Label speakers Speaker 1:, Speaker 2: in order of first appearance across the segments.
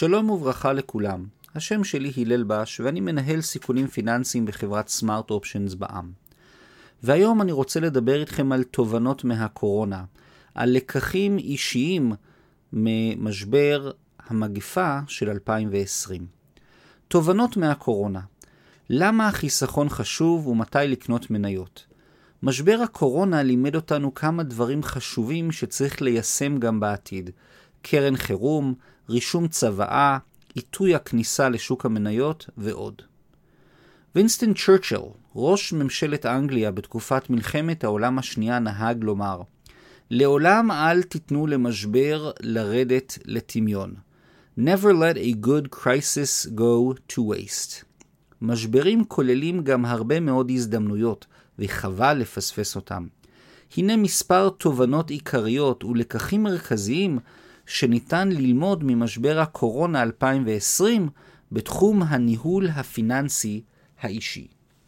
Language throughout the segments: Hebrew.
Speaker 1: שלום וברכה לכולם. השם שלי הלל בש ואני מנהל סיכונים פיננסיים בחברת סמארט אופשנס בע"מ. והיום אני רוצה לדבר איתכם על תובנות מהקורונה, על לקחים אישיים ממשבר המגפה של 2020. תובנות מהקורונה. למה החיסכון חשוב ומתי לקנות מניות? משבר הקורונה לימד אותנו כמה דברים חשובים שצריך ליישם גם בעתיד. קרן חירום, רישום צוואה, עיתוי הכניסה לשוק המניות ועוד. וינסטון צ'רצ'יל, ראש ממשלת אנגליה בתקופת מלחמת העולם השנייה, נהג לומר, לעולם אל תיתנו למשבר לרדת לטמיון. Never let a good crisis go to waste. משברים כוללים גם הרבה מאוד הזדמנויות, וחבל לפספס אותם. הנה מספר תובנות עיקריות ולקחים מרכזיים שניתן ללמוד ממשבר הקורונה 2020 בתחום הניהול הפיננסי האישי.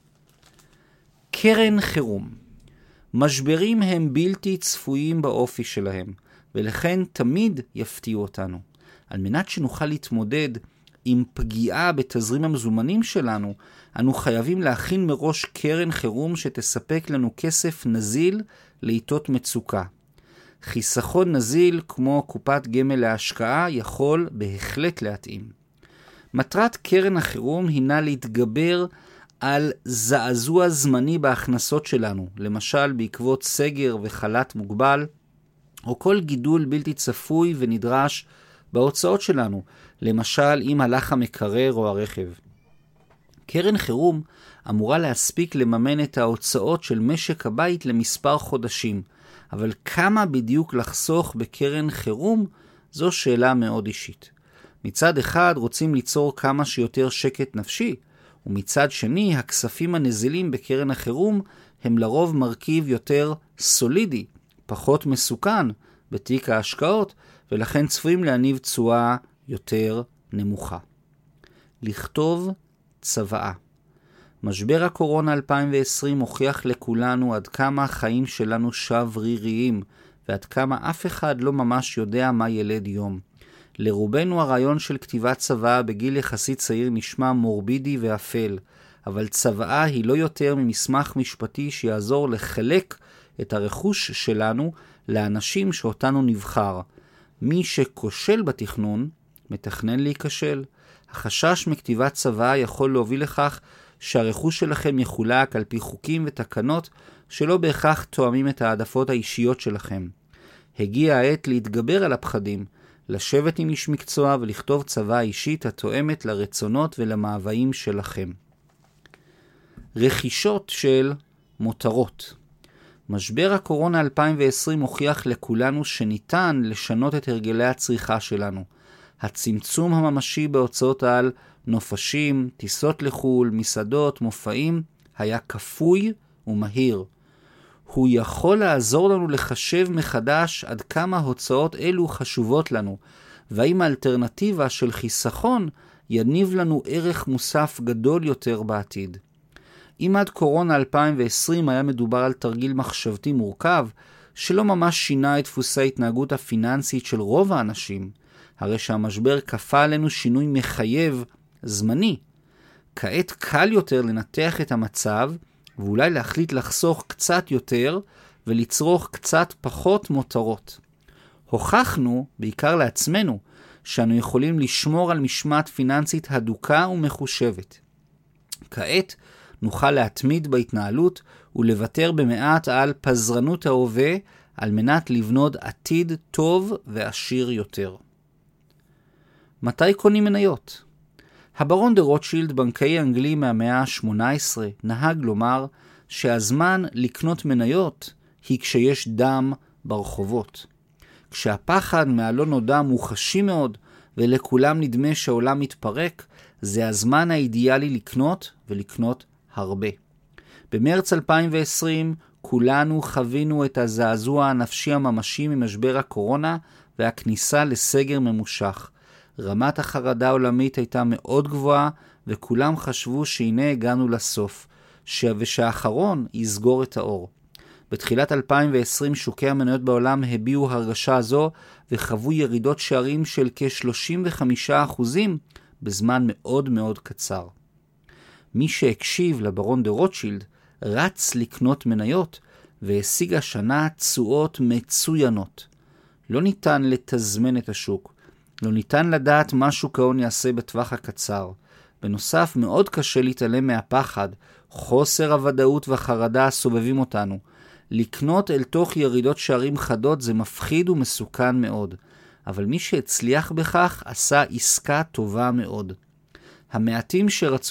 Speaker 1: קרן חירום. משברים הם בלתי צפויים באופי שלהם, ולכן תמיד יפתיעו אותנו. על מנת שנוכל להתמודד עם פגיעה בתזרים המזומנים שלנו, אנו חייבים להכין מראש קרן חירום שתספק לנו כסף נזיל לעיתות מצוקה. חיסכון נזיל כמו קופת גמל להשקעה יכול בהחלט להתאים. מטרת קרן החירום הינה להתגבר על זעזוע זמני בהכנסות שלנו, למשל בעקבות סגר וחל"ת מוגבל, או כל גידול בלתי צפוי ונדרש בהוצאות שלנו, למשל אם הלך המקרר או הרכב. קרן חירום אמורה להספיק לממן את ההוצאות של משק הבית למספר חודשים, אבל כמה בדיוק לחסוך בקרן חירום זו שאלה מאוד אישית. מצד אחד רוצים ליצור כמה שיותר שקט נפשי, ומצד שני הכספים הנזילים בקרן החירום הם לרוב מרכיב יותר סולידי, פחות מסוכן בתיק ההשקעות, ולכן צפויים להניב תשואה יותר נמוכה. לכתוב צוואה. משבר הקורונה 2020 הוכיח לכולנו עד כמה החיים שלנו שבריריים, ועד כמה אף אחד לא ממש יודע מה ילד יום. לרובנו הרעיון של כתיבת צוואה בגיל יחסית צעיר נשמע מורבידי ואפל, אבל צוואה היא לא יותר ממסמך משפטי שיעזור לחלק את הרכוש שלנו לאנשים שאותנו נבחר. מי שכושל בתכנון, מתכנן להיכשל. החשש מכתיבת צוואה יכול להוביל לכך שהרכוש שלכם יחולק על פי חוקים ותקנות שלא בהכרח תואמים את העדפות האישיות שלכם. הגיע העת להתגבר על הפחדים, לשבת עם איש מקצוע ולכתוב צוואה אישית התואמת לרצונות ולמאוויים שלכם. רכישות של מותרות. משבר הקורונה 2020 הוכיח לכולנו שניתן לשנות את הרגלי הצריכה שלנו. הצמצום הממשי בהוצאות על נופשים, טיסות לחול, מסעדות, מופעים, היה כפוי ומהיר. הוא יכול לעזור לנו לחשב מחדש עד כמה הוצאות אלו חשובות לנו, והאם האלטרנטיבה של חיסכון יניב לנו ערך מוסף גדול יותר בעתיד. אם עד קורונה 2020 היה מדובר על תרגיל מחשבתי מורכב, שלא ממש שינה את דפוסי ההתנהגות הפיננסית של רוב האנשים, הרי שהמשבר כפה עלינו שינוי מחייב זמני. כעת קל יותר לנתח את המצב, ואולי להחליט לחסוך קצת יותר, ולצרוך קצת פחות מותרות. הוכחנו, בעיקר לעצמנו, שאנו יכולים לשמור על משמעת פיננסית הדוקה ומחושבת. כעת נוכל להתמיד בהתנהלות ולוותר במעט על פזרנות ההווה, על מנת לבנות עתיד טוב ועשיר יותר. מתי קונים מניות? הברון דה רוטשילד, בנקאי אנגלי מהמאה ה-18, נהג לומר שהזמן לקנות מניות היא כשיש דם ברחובות. כשהפחד מהלא נודע מוחשי מאוד ולכולם נדמה שהעולם מתפרק, זה הזמן האידיאלי לקנות ולקנות הרבה. במרץ 2020 כולנו חווינו את הזעזוע הנפשי הממשי ממשבר הקורונה והכניסה לסגר ממושך. רמת החרדה העולמית הייתה מאוד גבוהה, וכולם חשבו שהנה הגענו לסוף, ושהאחרון יסגור את האור. בתחילת 2020 שוקי המניות בעולם הביעו הרגשה זו וחוו ירידות שערים של כ-35% בזמן מאוד מאוד קצר. מי שהקשיב לברון דה רוטשילד רץ לקנות מניות והשיג השנה תשואות מצוינות. לא ניתן לתזמן את השוק, לא ניתן לדעת מה שוק ההון יעשה בטווח הקצר. בנוסף, מאוד קשה להתעלם מהפחד, חוסר הוודאות והחרדה הסובבים אותנו. לקנות אל תוך ירידות שערים חדות זה מפחיד ומסוכן מאוד, אבל מי שהצליח בכך עשה עסקה טובה מאוד. המעטים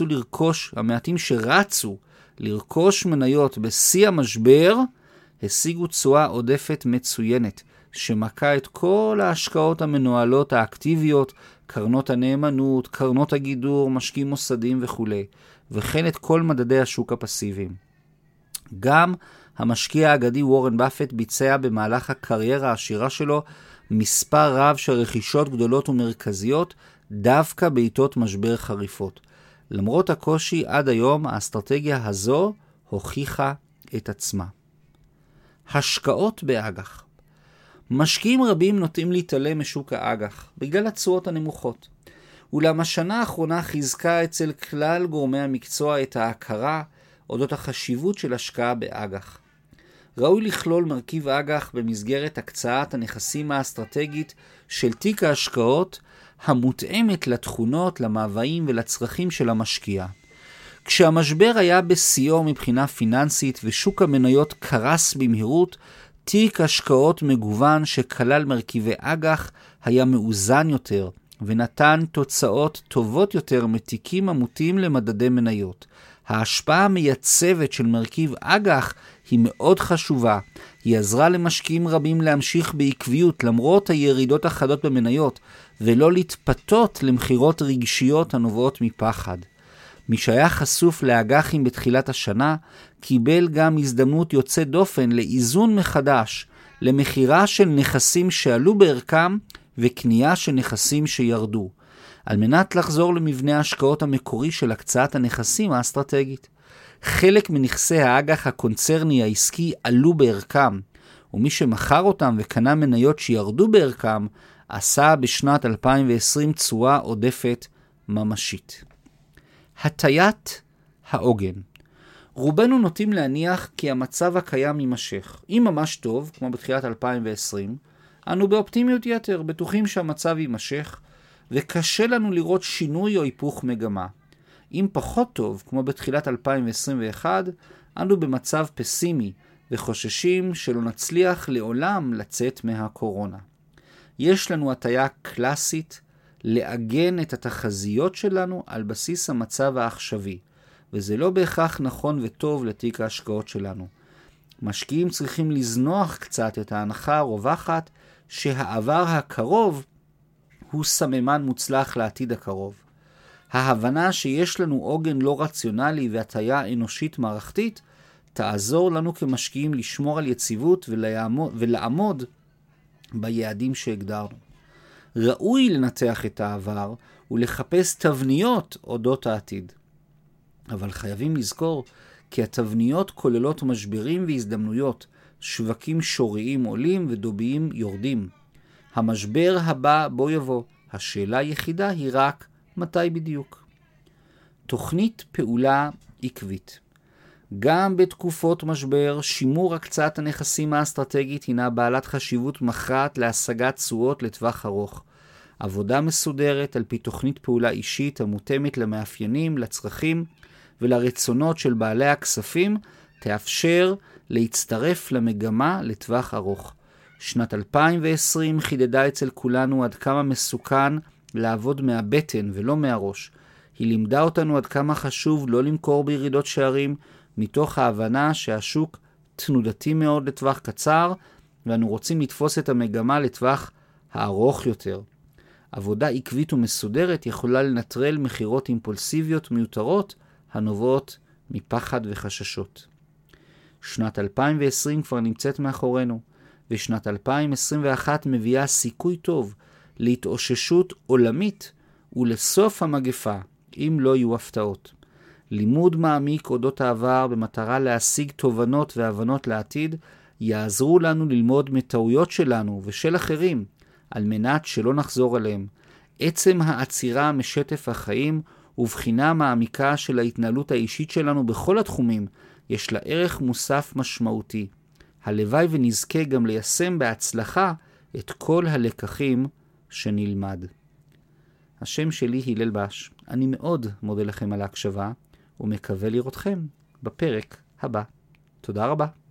Speaker 1: שרצו לרכוש מניות בשיא המשבר, השיגו תשואה עודפת מצוינת, שמכה את כל ההשקעות המנוהלות האקטיביות, קרנות הנאמנות, קרנות הגידור, משקיעים מוסדיים וכו', וכן את כל מדדי השוק הפסיביים. גם המשקיע האגדי וורן באפט ביצע במהלך הקריירה העשירה שלו מספר רב של רכישות גדולות ומרכזיות, דווקא בעיתות משבר חריפות. למרות הקושי, עד היום האסטרטגיה הזו הוכיחה את עצמה. השקעות באג"ח. משקיעים רבים נוטים להתעלם משוק האג"ח בגלל התשואות הנמוכות. אולם השנה האחרונה חיזקה אצל כלל גורמי המקצוע את ההכרה אודות החשיבות של השקעה באג"ח. ראוי לכלול מרכיב אג"ח במסגרת הקצאת הנכסים האסטרטגית של תיק ההשקעות המותאמת לתכונות, למאוויים ולצרכים של המשקיע. כשהמשבר היה בשיאו מבחינה פיננסית ושוק המניות קרס במהירות, תיק השקעות מגוון שכלל מרכיבי אג"ח היה מאוזן יותר ונתן תוצאות טובות יותר מתיקים עמותיים למדדי מניות. ההשפעה המייצבת של מרכיב אג"ח היא מאוד חשובה. היא עזרה למשקיעים רבים להמשיך בעקביות למרות הירידות החדות במניות, ולא להתפתות למחירות רגשיות הנובעות מפחד. מי שהיה חשוף לאג"חים בתחילת השנה, קיבל גם הזדמנות יוצאת דופן לאיזון מחדש, למחירה של נכסים שעלו בערכם וקנייה של נכסים שירדו, על מנת לחזור למבנה ההשקעות המקורי של הקצאת הנכסים האסטרטגית. חלק מנכסי האג"ח הקונצרני העסקי עלו בערכם, ומי שמכר אותם וקנה מניות שירדו בערכם, עשה בשנת 2020 תשואה עודפת ממשית. הטיית העוגן. רובנו נוטים להניח כי המצב הקיים יימשך. אם ממש טוב, כמו בתחילת 2020, אנו באופטימיות יתר, בטוחים שהמצב יימשך, וקשה לנו לראות שינוי או היפוך מגמה. אם פחות טוב, כמו בתחילת 2021, אנו במצב פסימי, וחוששים שלא נצליח לעולם לצאת מהקורונה. יש לנו הטיה קלאסית לעגן את התחזיות שלנו על בסיס המצב העכשווי, וזה לא בהכרח נכון וטוב לתיק ההשקעות שלנו. משקיעים צריכים לזנוח קצת את ההנחה הרווחת שהעבר הקרוב הוא סממן מוצלח לעתיד הקרוב. ההבנה שיש לנו עוגן לא רציונלי והטיה אנושית מערכתית תעזור לנו כמשקיעים לשמור על יציבות ולעמוד ביעדים שהגדרנו. ראוי לנתח את העבר ולחפש תבניות אודות העתיד. אבל חייבים לזכור כי התבניות כוללות משברים והזדמנויות, שווקים שוריים עולים ודוביים יורדים. המשבר הבא בו יבוא, השאלה היחידה היא רק מתי בדיוק. תוכנית פעולה עקבית. גם בתקופות משבר, שימור הקצאת הנכסים האסטרטגית הינה בעלת חשיבות מכרעת להשגת תשואות לטווח ארוך. עבודה מסודרת על פי תוכנית פעולה אישית המותאמת למאפיינים, לצרכים ולרצונות של בעלי הכספים תאפשר להצטרף למגמה לטווח ארוך. שנת 2020 חידדה אצל כולנו עד כמה מסוכן לעבוד מהבטן ולא מהראש. היא לימדה אותנו עד כמה חשוב לא למכור בירידות שערים, מתוך ההבנה שהשוק תנודתי מאוד לטווח קצר, ואנו רוצים לתפוס את המגמה לטווח הארוך יותר. עבודה עקבית ומסודרת יכולה לנטרל מחירות אימפולסיביות מיותרות הנובעות מפחד וחששות. שנת 2020 כבר נמצאת מאחורינו, ושנת 2021 מביאה סיכוי טוב להתאוששות עולמית ולסוף המגפה, אם לא יהיו הפתעות. לימוד מעמיק אודות העבר במטרה להשיג תובנות והבנות לעתיד, יעזרו לנו ללמוד מטעויות שלנו ושל אחרים, על מנת שלא נחזור עליהם. עצם העצירה משטף החיים ובחינה מעמיקה של ההתנהלות האישית שלנו בכל התחומים, יש לה ערך מוסף משמעותי. הלוואי ונזכה גם ליישם בהצלחה את כל הלקחים שנלמד. השם שלי הלל בש. אני מאוד מודה לכם על ההקשבה, ומקווה לראותכם בפרק הבא. תודה רבה.